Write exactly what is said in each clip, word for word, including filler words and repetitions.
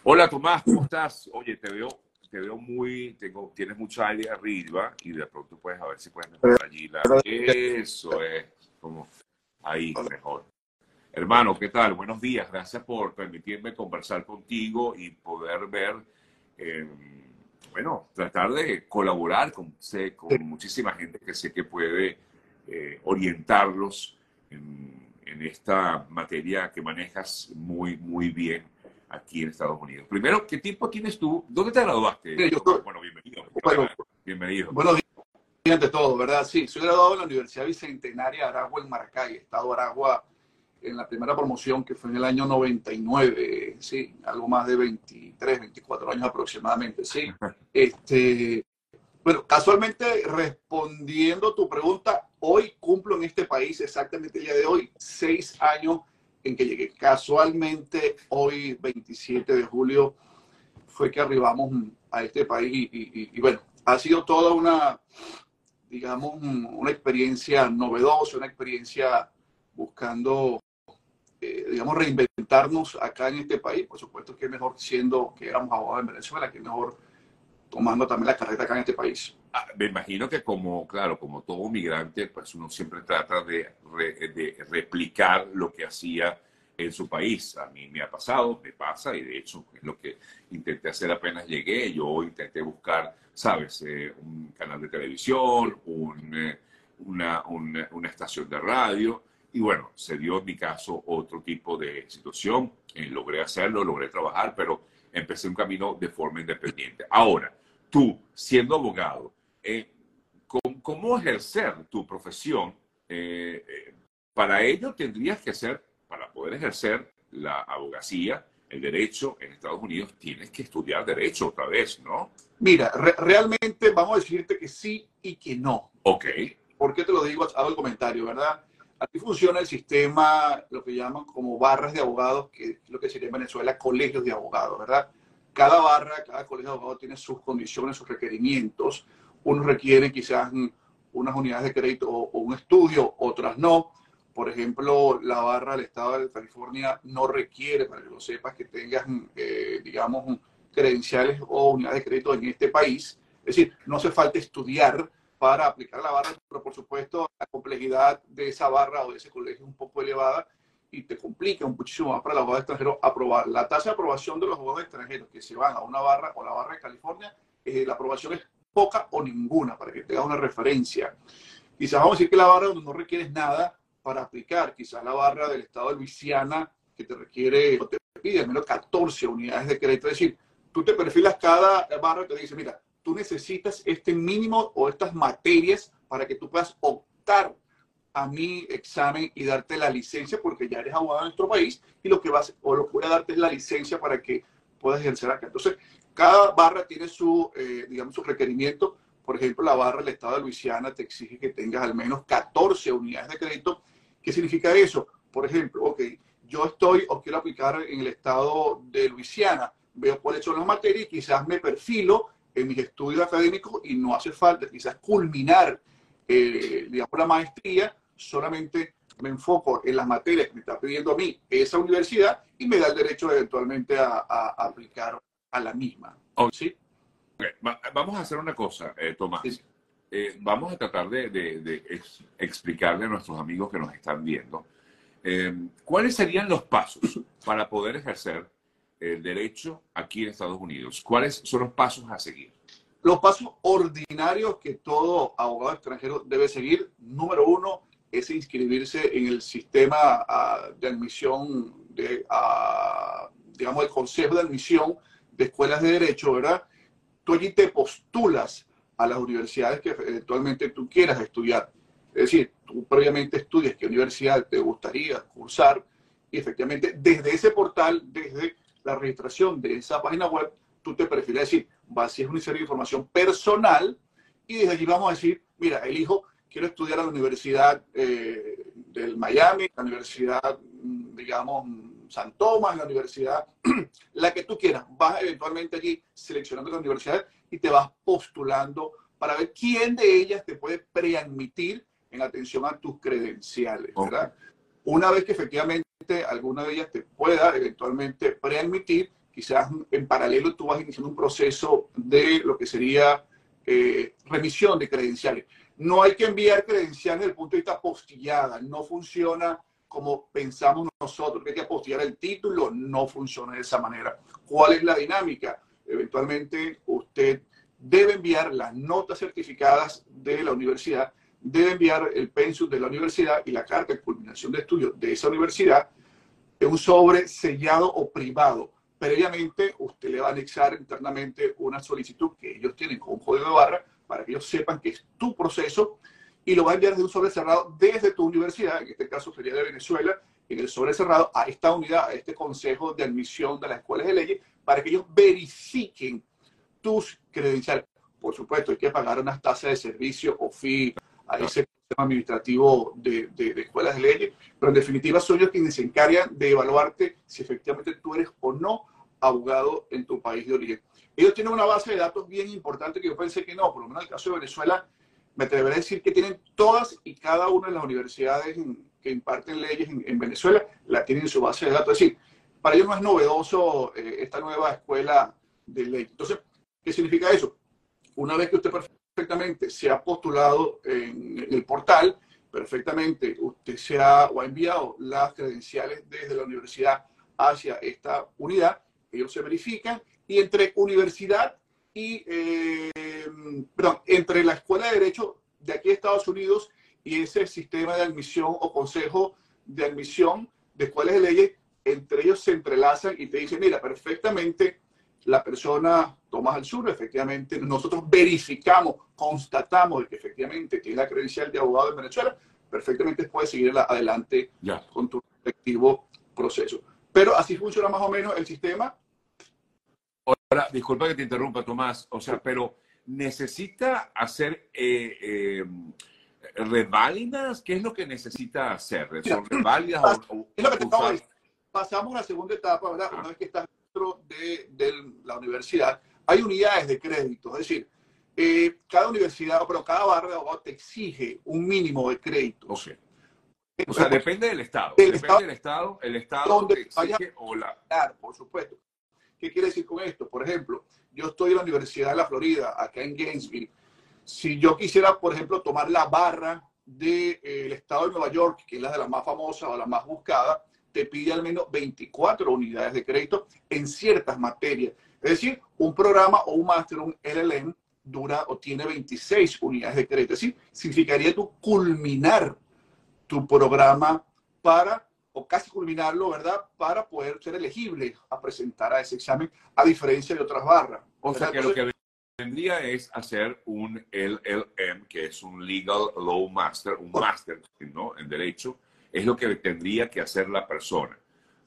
Hola Tomás, ¿cómo estás? Oye, te veo, te veo muy, tengo, tienes mucha aire arriba y de pronto puedes a ver si puedes mejorar allí la. Eso es, como ahí, mejor. Hermano, ¿qué tal? Buenos días, gracias por permitirme conversar contigo y poder ver, eh, bueno, tratar de colaborar con, sé, con muchísima gente que sé que puede eh, orientarlos en, en esta materia que manejas muy, muy bien aquí en Estados Unidos. Primero, ¿qué tiempo tienes tú? ¿Dónde te graduaste, Mire, yo Tomás? soy, Bueno, bienvenido. bueno, Bienvenido. buenos días ante todo, ¿verdad? Sí, soy graduado en la Universidad Bicentenaria de Aragua en Maracay, Estado de Aragua, en la primera promoción que fue en el año noventa y nueve, sí, algo más de veintitrés, veinticuatro años aproximadamente, sí. Este, bueno, casualmente respondiendo tu pregunta, hoy cumplo en este país exactamente el día de hoy, seis años en que llegué. Casualmente, hoy, veintisiete de julio, fue que arribamos a este país y, y, y bueno, ha sido toda una, digamos, una experiencia novedosa, una experiencia buscando, eh, digamos, reinventarnos acá en este país. Por supuesto que es mejor siendo que éramos abogados en Venezuela, que es mejor tomando también la carrera acá en este país. Ah, me imagino que como, claro, como todo migrante, pues uno siempre trata de, re, de replicar lo que hacía en su país. A mí me ha pasado, me pasa, y de hecho es lo que intenté hacer apenas llegué. Yo intenté buscar, sabes, eh, un canal de televisión, un, eh, una, una, una estación de radio, y bueno, se dio en mi caso otro tipo de situación. Eh, logré hacerlo, logré trabajar, pero empecé un camino de forma independiente. Ahora, tú, siendo abogado, eh, ¿cómo, ¿cómo ejercer tu profesión? Eh, eh, para ello tendrías que ser, para poder ejercer la abogacía, el derecho en Estados Unidos, tienes que estudiar derecho otra vez, ¿no? Mira, re realmente vamos a decirte que sí y que no. Ok. ¿Por qué te lo digo? Hago el comentario, ¿verdad? Aquí funciona el sistema, lo que llaman como barras de abogados, que es lo que sería en Venezuela colegios de abogados, ¿verdad? Cada barra, cada colegio de abogados tiene sus condiciones, sus requerimientos. Unos requieren quizás unas unidades de crédito o, o un estudio, otras no. Por ejemplo, la barra del estado de California no requiere, para que lo sepas, que tengas, eh, digamos, credenciales o unidades de crédito en este país. Es decir, no hace falta estudiar para aplicar la barra, pero por supuesto la complejidad de esa barra o de ese colegio es un poco elevada y te complica muchísimo más para el abogado extranjero aprobar. La tasa de aprobación de los abogados extranjeros que se van a una barra o la barra de California, eh, la aprobación es poca o ninguna, para que tengas una referencia. Quizás vamos a decir que la barra donde no requieres nada para aplicar, quizás la barra del estado de Luisiana, que te requiere, o te pide al menos catorce unidades de crédito, es decir, tú te perfilas cada barra y te dice, mira, tú necesitas este mínimo o estas materias para que tú puedas optar a mi examen y darte la licencia, porque ya eres abogado en nuestro país, y lo que vas, o lo que voy a darte es la licencia para que puedas ejercer acá. Entonces, cada barra tiene su, eh, digamos, su requerimiento. Por ejemplo, la barra del estado de Luisiana te exige que tengas al menos catorce unidades de crédito. ¿Qué significa eso? Por ejemplo, ok, yo estoy o quiero aplicar en el estado de Luisiana, veo cuáles son las materias y quizás me perfilo en mis estudios académicos y no hace falta quizás culminar, eh, digamos, la maestría, solamente me enfoco en las materias que me está pidiendo a mí esa universidad y me da el derecho eventualmente a, a, a aplicar a la misma. ¿Sí? Okay. Vamos a hacer una cosa, eh, Tomás. Sí. Eh, vamos a tratar de, de, de ex explicarle a nuestros amigos que nos están viendo eh, cuáles serían los pasos para poder ejercer el derecho aquí en Estados Unidos. ¿Cuáles son los pasos a seguir? Los pasos ordinarios que todo abogado extranjero debe seguir. Número uno es inscribirse en el sistema uh, de admisión, de, uh, digamos, el Consejo de Admisión de Escuelas de Derecho, ¿verdad? Tú allí te postulas a las universidades que eventualmente tú quieras estudiar. Es decir, tú previamente estudias qué universidad te gustaría cursar y efectivamente desde ese portal, desde la registración de esa página web, tú te prefieres decir, vacías una serie de información personal y desde allí vamos a decir, mira, elijo, quiero estudiar a la Universidad eh, del Miami, la Universidad, digamos, San Tomás, la universidad, la que tú quieras. Vas eventualmente allí seleccionando la universidad y te vas postulando para ver quién de ellas te puede preadmitir en atención a tus credenciales, ¿verdad? Okay. Una vez que efectivamente alguna de ellas te pueda eventualmente preadmitir, quizás en paralelo tú vas iniciando un proceso de lo que sería eh, remisión de credenciales. No hay que enviar credenciales desde el punto de vista apostillada, no funciona como pensamos nosotros, que hay que apostillar el título, no funciona de esa manera. ¿Cuál es la dinámica? Eventualmente usted debe enviar las notas certificadas de la universidad, debe enviar el pensum de la universidad y la carta de culminación de estudios de esa universidad en un sobre sellado o privado. Previamente, usted le va a anexar internamente una solicitud que ellos tienen con un código de barra para que ellos sepan que es tu proceso y lo va a enviar desde un sobre cerrado desde tu universidad, en este caso sería de Venezuela, en el sobre cerrado a esta unidad, a este consejo de admisión de las escuelas de leyes, para que ellos verifiquen tus credenciales. Por supuesto, hay que pagar unas tasas de servicio o fee a ese sistema administrativo de, de, de escuelas de leyes, pero en definitiva son ellos quienes se encargan de evaluarte si efectivamente tú eres o no abogado en tu país de origen. Ellos tienen una base de datos bien importante que yo pensé que no, por lo menos en el caso de Venezuela, me atreveré a decir que tienen todas y cada una de las universidades en, que imparten leyes en, en Venezuela, la tienen en su base de datos. Es decir, para ellos no es novedoso eh, esta nueva escuela de ley. Entonces, ¿qué significa eso? Una vez que usted perfectamente se ha postulado en, en el portal, perfectamente usted se ha o ha enviado las credenciales desde la universidad hacia esta unidad, ellos se verifican y entre universidad y, eh, perdón, entre la Escuela de Derecho de aquí de Estados Unidos y ese sistema de admisión o consejo de admisión de escuelas de leyes, entre ellos se entrelazan y te dicen, mira, perfectamente la persona Tomás Alzurro, efectivamente, nosotros verificamos, constatamos que efectivamente tiene la credencial de abogado en Venezuela, perfectamente puedes seguir adelante Ya. con tu respectivo proceso. Pero así funciona más o menos el sistema. Ahora, disculpa que te interrumpa, Tomás, o sea, pero ¿necesita hacer eh, eh, reválidas? ¿Qué es lo que necesita hacer? ¿Son reválidas o, es lo que te o acabo de usar? decir. Pasamos a la segunda etapa, ¿verdad? Ah. Una vez que estás dentro de, de la universidad, hay unidades de crédito, es decir, eh, cada universidad, pero cada barra de abogados te exige un mínimo de créditos. Okay. O sea, depende del estado. Del Depende estado del estado. El estado donde te exige vayas o la... a por supuesto. ¿Qué quiere decir con esto? Por ejemplo, yo estoy en la Universidad de la Florida, acá en Gainesville. Si yo quisiera, por ejemplo, tomar la barra del de, eh, estado de Nueva York, que es la de las más famosas o la más buscada, te pide al menos veinticuatro unidades de crédito en ciertas materias. Es decir, un programa o un máster, un L L M, dura o tiene veintiséis unidades de crédito. Es decir, significaría tú culminar tu programa para, o casi culminarlo, ¿verdad? Para poder ser elegible a presentar a ese examen, a diferencia de otras barras. O sea, que Entonces, lo que vendría es hacer un L L M, que es un Legal Law Master, un máster, ¿no? En Derecho, es lo que tendría que hacer la persona.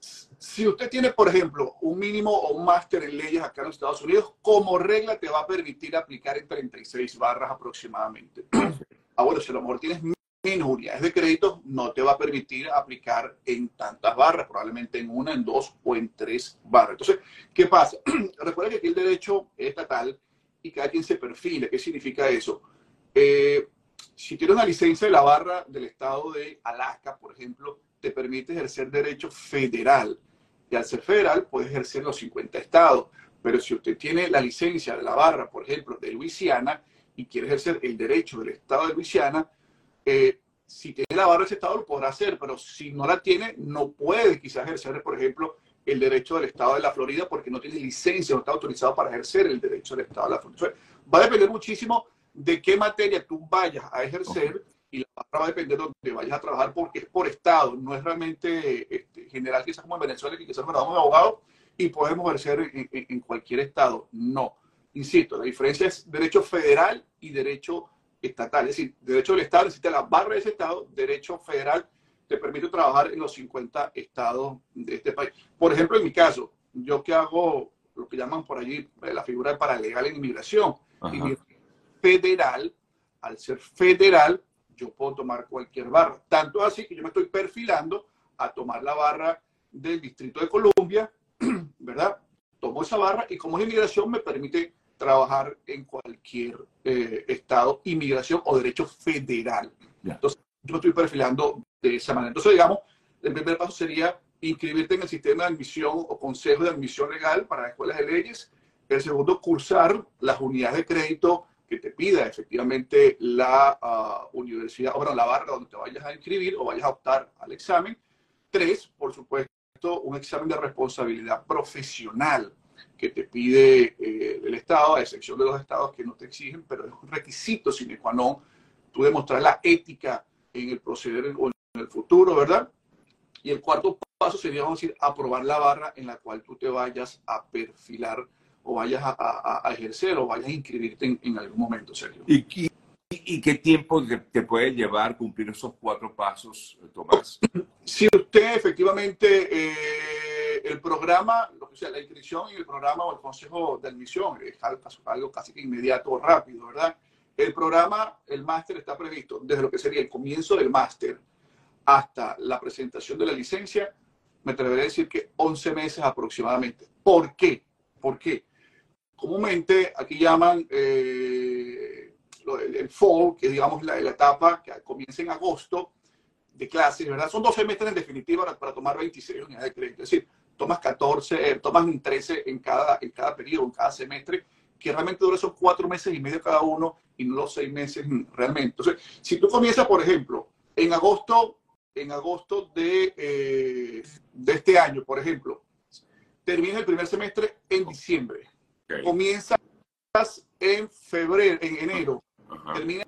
Si usted tiene, por ejemplo, un mínimo o un máster en leyes acá en los Estados Unidos, como regla te va a permitir aplicar en treinta y seis barras aproximadamente. Ah, bueno, si a lo mejor tienes menos unidades de crédito, no te va a permitir aplicar en tantas barras, probablemente en una, en dos o en tres barras. Entonces, ¿qué pasa? Recuerda que aquí el derecho es estatal y cada quien se perfila. ¿Qué significa eso? Eh, si tienes una licencia de la barra del estado de Alaska, por ejemplo, te permite ejercer derecho federal. Y al ser federal, puedes ejercer los cincuenta estados. Pero si usted tiene la licencia de la barra, por ejemplo, de Luisiana, y quiere ejercer el derecho del estado de Luisiana, eh, si tiene la barra de ese estado, lo podrá hacer. Pero si no la tiene, no puede quizás ejercer, por ejemplo, el derecho del estado de la Florida, porque no tiene licencia, no está autorizado para ejercer el derecho del estado de la Florida. Va a depender muchísimo de qué materia tú vayas a ejercer. Okay. Y la barra va a depender de donde vayas a trabajar porque es por estado, no es realmente este, general, quizás como en Venezuela, que quizás nos damos de abogado y podemos ejercer en, en, en cualquier estado. No, insisto, la diferencia es derecho federal y derecho estatal. Es decir, derecho del estado necesita la barra de ese estado, derecho federal te permite trabajar en los cincuenta estados de este país. Por ejemplo, en mi caso, yo que hago lo que llaman por allí la figura de paralegal en inmigración, inmigración federal, al ser federal, yo puedo tomar cualquier barra. Tanto así que yo me estoy perfilando a tomar la barra del Distrito de Columbia, ¿verdad? Tomo esa barra y como es inmigración me permite trabajar en cualquier eh, estado, inmigración o derecho federal. Yeah. Entonces, yo estoy perfilando de esa manera. Entonces, digamos, el primer paso sería inscribirte en el sistema de admisión o consejo de admisión legal para las escuelas de leyes. El segundo, cursar las unidades de crédito que te pida efectivamente la uh, universidad, o bueno, la barra donde te vayas a inscribir o vayas a optar al examen. Tres, por supuesto, un examen de responsabilidad profesional que te pide eh, el Estado, a excepción de los estados que no te exigen, pero es un requisito sine qua non, tú demostrar la ética en el proceder o en el futuro, ¿verdad? Y el cuarto paso sería, vamos a decir, aprobar la barra en la cual tú te vayas a perfilar o vayas a, a, a ejercer o vayas a inscribirte en, en algún momento, Sergio. ¿Y, y, ¿Y qué tiempo te, te puede llevar cumplir esos cuatro pasos, Tomás? Si usted efectivamente, eh, el programa, o sea, la inscripción en el programa o el consejo de admisión es algo, algo casi que inmediato o rápido, ¿verdad? El programa, el máster está previsto desde lo que sería el comienzo del máster hasta la presentación de la licencia, me atreveré a decir que once meses aproximadamente. ¿Por qué? ¿Por qué? Comúnmente aquí llaman eh, el, el fall, que digamos la, la etapa que comienza en agosto de clases, ¿verdad? Son dos semestres en definitiva para, para tomar veintiséis unidades de crédito. Es decir, tomas catorce, eh, tomas trece en cada, en cada periodo, en cada semestre, que realmente dura esos cuatro meses y medio cada uno y no los seis meses realmente. Entonces, si tú comienzas, por ejemplo, en agosto, en agosto de, eh, de este año, por ejemplo, terminas el primer semestre en diciembre. Okay. Comienzas en febrero, en enero, uh-huh. Terminas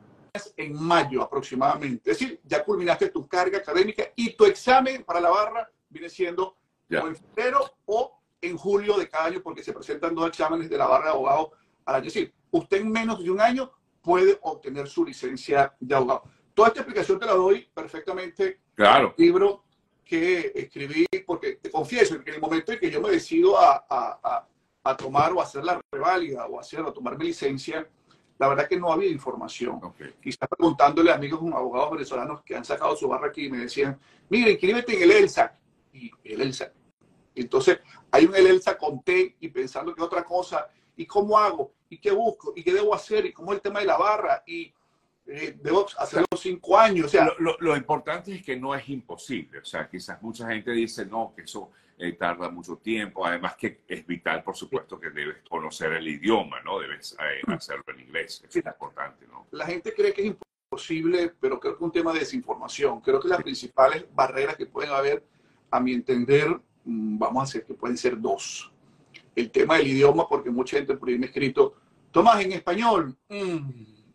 en mayo aproximadamente. Es decir, ya culminaste tu carga académica y tu examen para la barra viene siendo yeah. o en febrero o en julio de cada año, porque se presentan dos exámenes de la barra de abogados al año. Es decir, usted en menos de un año puede obtener su licencia de abogado. Toda esta explicación te la doy perfectamente claro. En el libro que escribí, porque te confieso que en el momento en que yo me decido a, a, a, a tomar o a hacer la reválida o a, hacer, a tomar mi licencia, la verdad que no había información. Okay. Quizás preguntándole a amigos abogados venezolanos que han sacado su barra aquí y me decían, mira, inscríbete en el ELSAC. Y el ELSAC. Entonces, hay un ELSA con T y pensando que es otra cosa. ¿Y cómo hago? ¿Y qué busco? ¿Y qué debo hacer? ¿Y cómo es el tema de la barra? Y eh, debo hacerlo o sea, cinco años. O sea, lo, lo, lo importante es que no es imposible. O sea, quizás mucha gente dice, no, que eso eh, tarda mucho tiempo. Además que es vital, por supuesto, que debes conocer el idioma, ¿no? Debes eh, hacerlo en inglés. Eso sí. Es importante, ¿no? La gente cree que es imposible, pero creo que es un tema de desinformación. Creo que las sí. principales barreras que pueden haber, a mi entender, vamos a hacer que pueden ser dos. El tema del idioma, porque mucha gente por ahí me ha escrito, Tomás, en español. Mm,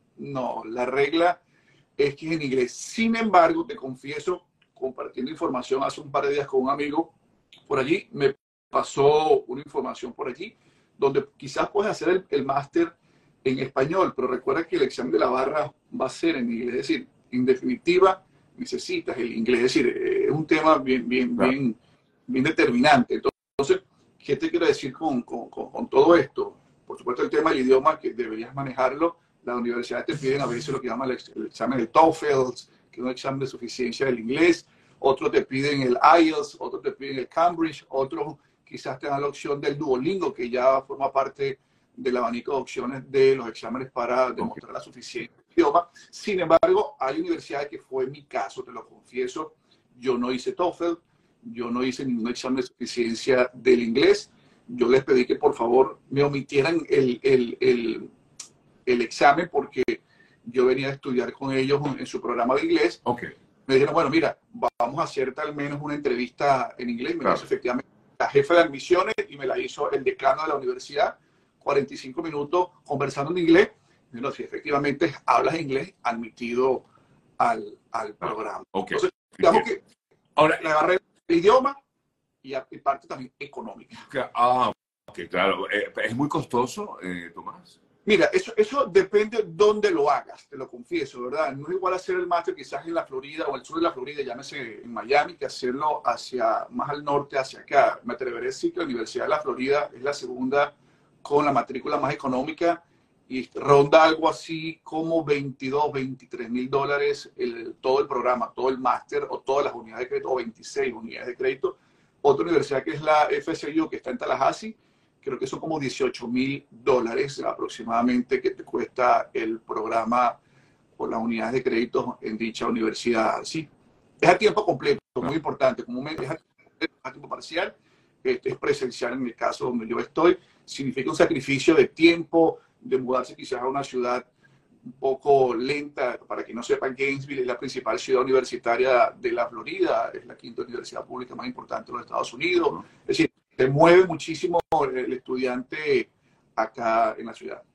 no, la regla es que es en inglés. Sin embargo, te confieso, compartiendo información hace un par de días con un amigo, por allí me pasó una información por allí, donde quizás puedes hacer el, el máster en español, pero recuerda que el examen de la barra va a ser en inglés. Es decir, en definitiva, necesitas el inglés. Es decir, es un tema bien, bien, claro. bien bien determinante. Entonces, ¿qué te quiero decir con, con, con, con todo esto? Por supuesto, el tema del idioma, que deberías manejarlo. Las universidades te piden a veces lo que llaman el, el examen del TOEFL, que es un examen de suficiencia del inglés. Otros te piden el I E L T S, otros te piden el Cambridge, otros quizás te dan la opción del Duolingo, que ya forma parte del abanico de opciones de los exámenes para demostrar la suficiencia del idioma. Sin embargo, hay universidades que fue mi caso, te lo confieso. Yo no hice TOEFL. Yo no hice ningún examen de suficiencia del inglés. Yo les pedí que por favor me omitieran el, el, el, el examen porque yo venía a estudiar con ellos en su programa de inglés. Okay. Me dijeron, bueno, mira, vamos a hacerte al menos una entrevista en inglés. Me claro. hizo efectivamente la jefa de admisiones y me la hizo el decano de la universidad. cuarenta y cinco minutos conversando en inglés. Y no, si efectivamente hablas inglés, admitido al, al programa. Okay. Entonces, digamos que ahora la barrera el idioma y parte también económica. Ah, ok, claro. ¿Es muy costoso, eh, Tomás? Mira, eso, eso depende de dónde lo hagas, te lo confieso, ¿verdad? No es igual hacer el máster quizás en la Florida o el sur de la Florida, llámese en Miami, que hacerlo hacia más al norte, hacia acá. Me atreveré a decir que la Universidad de la Florida es la segunda con la matrícula más económica y ronda algo así como veintidós, veintitrés mil dólares el, todo el programa, todo el máster o todas las unidades de crédito, o veintiséis unidades de crédito. Otra universidad que es la F S U, que está en Tallahassee, creo que son como dieciocho mil dólares aproximadamente que te cuesta el programa o las unidades de crédito en dicha universidad. Sí, es a tiempo completo, muy importante. Como me, es a, a tiempo parcial, este, es presencial en el caso donde yo estoy. Significa un sacrificio de tiempo, de mudarse quizás a una ciudad un poco lenta. Para quien no sepa, Gainesville es la principal ciudad universitaria de la Florida, es la quinta universidad pública más importante de los Estados Unidos. Es decir, se mueve muchísimo el estudiante acá en la ciudad.